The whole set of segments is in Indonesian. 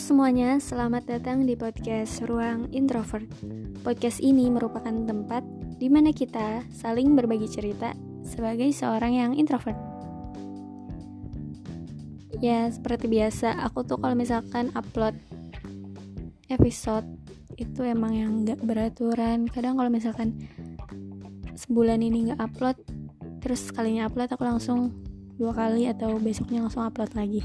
semuanya, selamat datang di podcast Ruang Introvert. Podcast ini merupakan tempat di mana kita saling berbagi cerita sebagai seorang yang introvert. Ya, seperti biasa, aku tuh kalau misalkan upload episode itu emang yang gak beraturan. Kadang kalau misalkan sebulan ini gak upload, terus sekalinya upload aku langsung 2 kali atau besoknya langsung upload lagi.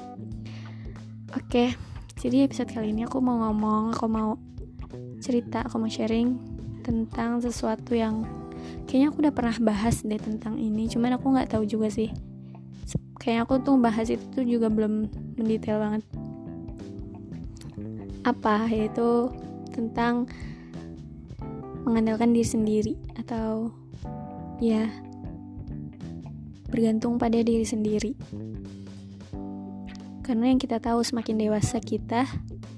Oke, jadi episode kali ini aku mau cerita, aku mau sharing tentang sesuatu yang kayaknya aku udah pernah bahas deh tentang ini, cuman aku nggak tahu juga sih. Kayaknya aku tuh bahas itu tuh juga belum mendetail banget. Yaitu tentang mengandalkan diri sendiri atau ya bergantung pada diri sendiri. Karena yang kita tahu semakin dewasa kita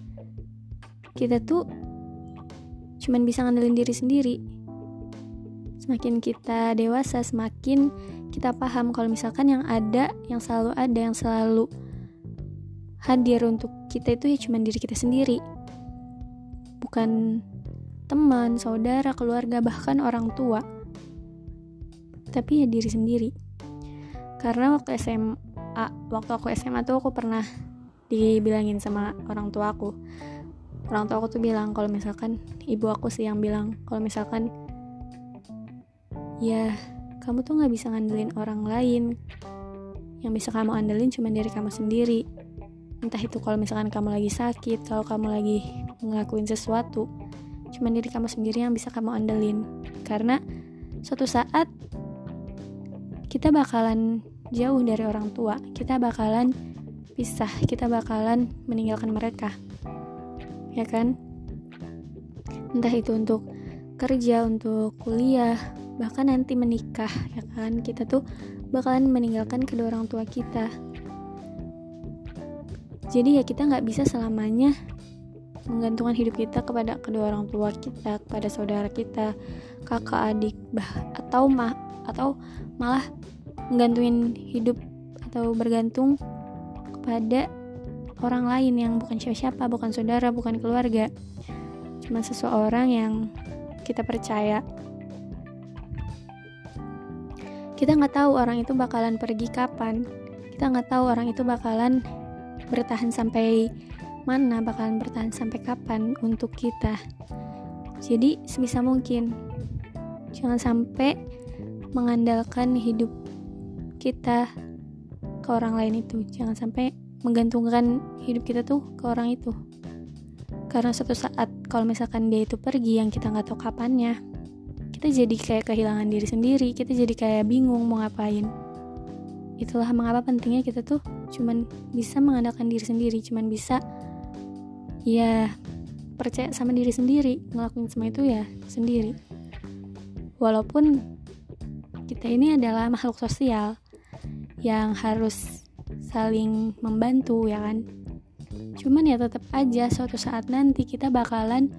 tuh cuman bisa ngandelin diri sendiri. Semakin kita dewasa, semakin kita paham kalau misalkan yang selalu hadir untuk kita itu ya cuman diri kita sendiri. Bukan teman, saudara, keluarga, bahkan orang tua. Tapi ya diri sendiri. Karena waktu aku SMA tuh aku pernah dibilangin sama orang tua aku. Orang tua aku tuh bilang kalau misalkan ibu aku sih yang bilang kalau misalkan ya kamu tuh nggak bisa ngandelin orang lain. Yang bisa kamu andelin cuma diri kamu sendiri. Entah itu kalau misalkan kamu lagi sakit, kalau kamu lagi ngelakuin sesuatu, cuma diri kamu sendiri yang bisa kamu andelin. Karena suatu saat kita bakalan jauh dari orang tua, kita bakalan pisah, kita bakalan meninggalkan mereka, ya kan? Entah itu untuk kerja, untuk kuliah, bahkan nanti menikah, ya kan? Kita tuh bakalan meninggalkan kedua orang tua kita. Jadi ya kita nggak bisa selamanya menggantungkan hidup kita kepada kedua orang tua kita, kepada saudara kita, kakak, adik, atau malah menggantungin hidup atau bergantung kepada orang lain yang bukan siapa-siapa, bukan saudara, bukan keluarga, cuma seseorang yang kita percaya. Kita nggak tahu orang itu bakalan pergi kapan, kita nggak tahu orang itu bakalan bertahan sampai mana, bakalan bertahan sampai kapan untuk kita. Jadi sebisa mungkin jangan sampai mengandalkan hidup kita ke orang lain itu. Jangan sampai menggantungkan hidup kita tuh ke orang itu. Karena suatu saat kalau misalkan dia itu pergi yang kita gak tahu kapannya, kita jadi kayak kehilangan diri sendiri, kita jadi kayak bingung mau ngapain. Itulah mengapa pentingnya kita tuh cuman bisa mengandalkan diri sendiri, cuman bisa ya percaya sama diri sendiri, ngelakuin semua itu ya sendiri. Walaupun kita ini adalah makhluk sosial yang harus saling membantu, ya kan? Cuman ya tetap aja suatu saat nanti kita bakalan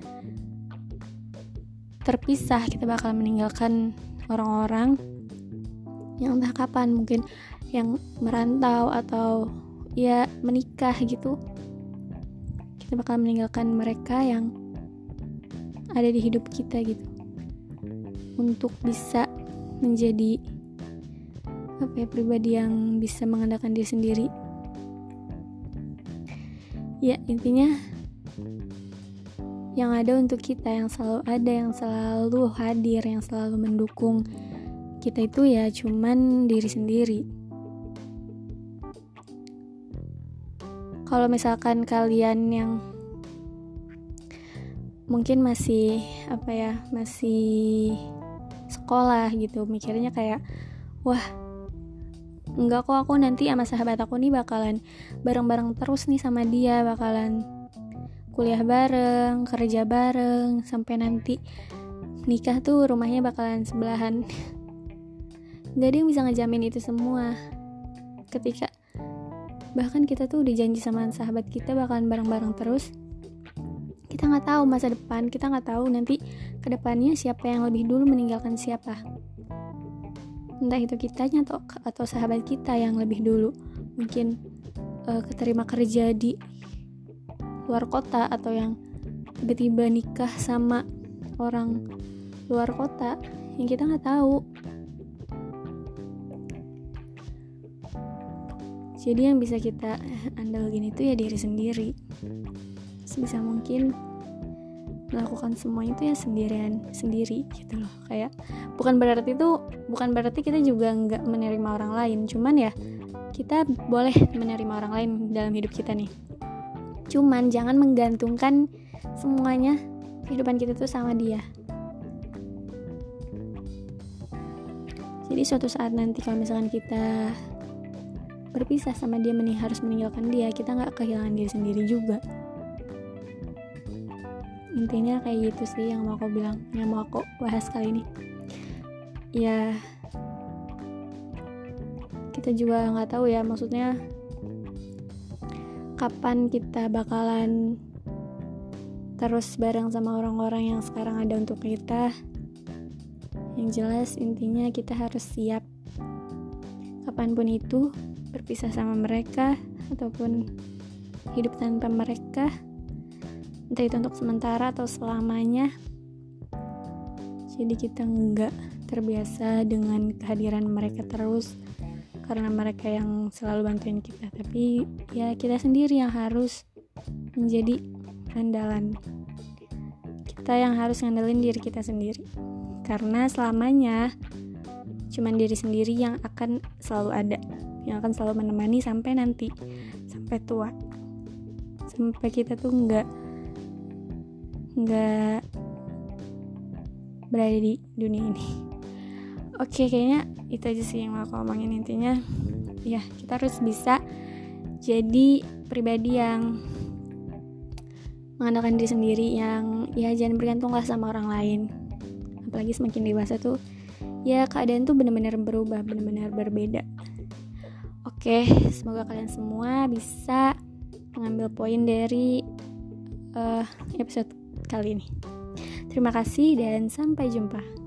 terpisah, kita bakalan meninggalkan orang-orang yang entah kapan, mungkin yang merantau atau ya menikah gitu. Kita bakalan meninggalkan mereka yang ada di hidup kita gitu, untuk bisa menjadi pribadi yang bisa mengandalkan diri sendiri. Ya intinya yang ada untuk kita, yang selalu ada, yang selalu hadir, yang selalu mendukung kita itu ya cuman diri sendiri. Kalau misalkan kalian yang mungkin masih sekolah gitu, mikirnya kayak wah enggak kok, aku nanti sama sahabat aku nih bakalan bareng-bareng terus nih sama dia, bakalan kuliah bareng, kerja bareng, sampai nanti nikah tuh rumahnya bakalan sebelahan. Gak ada yang bisa ngejamin itu semua. Ketika bahkan kita tuh udah janji sama sahabat kita bakalan bareng-bareng terus, kita gak tahu masa depan, kita gak tahu nanti kedepannya siapa yang lebih dulu meninggalkan siapa. Entah itu kitanya atau sahabat kita yang lebih dulu mungkin keterima kerja di luar kota atau yang tiba-tiba nikah sama orang luar kota yang kita nggak tahu. Jadi yang bisa kita andalin itu ya diri sendiri. Sebisa mungkin melakukan semua itu ya sendiri gitu loh. Kayak bukan berarti kita juga nggak menerima orang lain, cuman ya kita boleh menerima orang lain dalam hidup kita nih. Cuman jangan menggantungkan semuanya kehidupan kita tuh sama dia. Jadi suatu saat nanti kalau misalkan kita berpisah sama dia, harus meninggalkan dia, kita nggak kehilangan diri sendiri juga. Intinya kayak gitu sih yang mau aku bilang, yang mau aku bahas kali ini. Ya kita juga nggak tahu ya, maksudnya kapan kita bakalan terus bareng sama orang-orang yang sekarang ada untuk kita. Yang jelas intinya kita harus siap kapanpun itu berpisah sama mereka ataupun hidup tanpa mereka, entah itu untuk sementara atau selamanya. Jadi kita nggak terbiasa dengan kehadiran mereka terus karena mereka yang selalu bantuin kita, tapi ya kita sendiri yang harus menjadi andalan. Kita yang harus ngandelin diri kita sendiri, karena selamanya cuman diri sendiri yang akan selalu ada, yang akan selalu menemani sampai nanti, sampai tua, sampai kita tuh nggak berada di dunia ini. Oke, kayaknya itu aja sih yang mau aku omongin. Intinya ya kita harus bisa jadi pribadi yang mengandalkan diri sendiri, yang ya jangan bergantung lah sama orang lain. Apalagi semakin dewasa tuh ya keadaan tuh benar-benar berubah, benar-benar berbeda. Oke, semoga kalian semua bisa mengambil poin dari episode kali ini. Terima kasih dan sampai jumpa.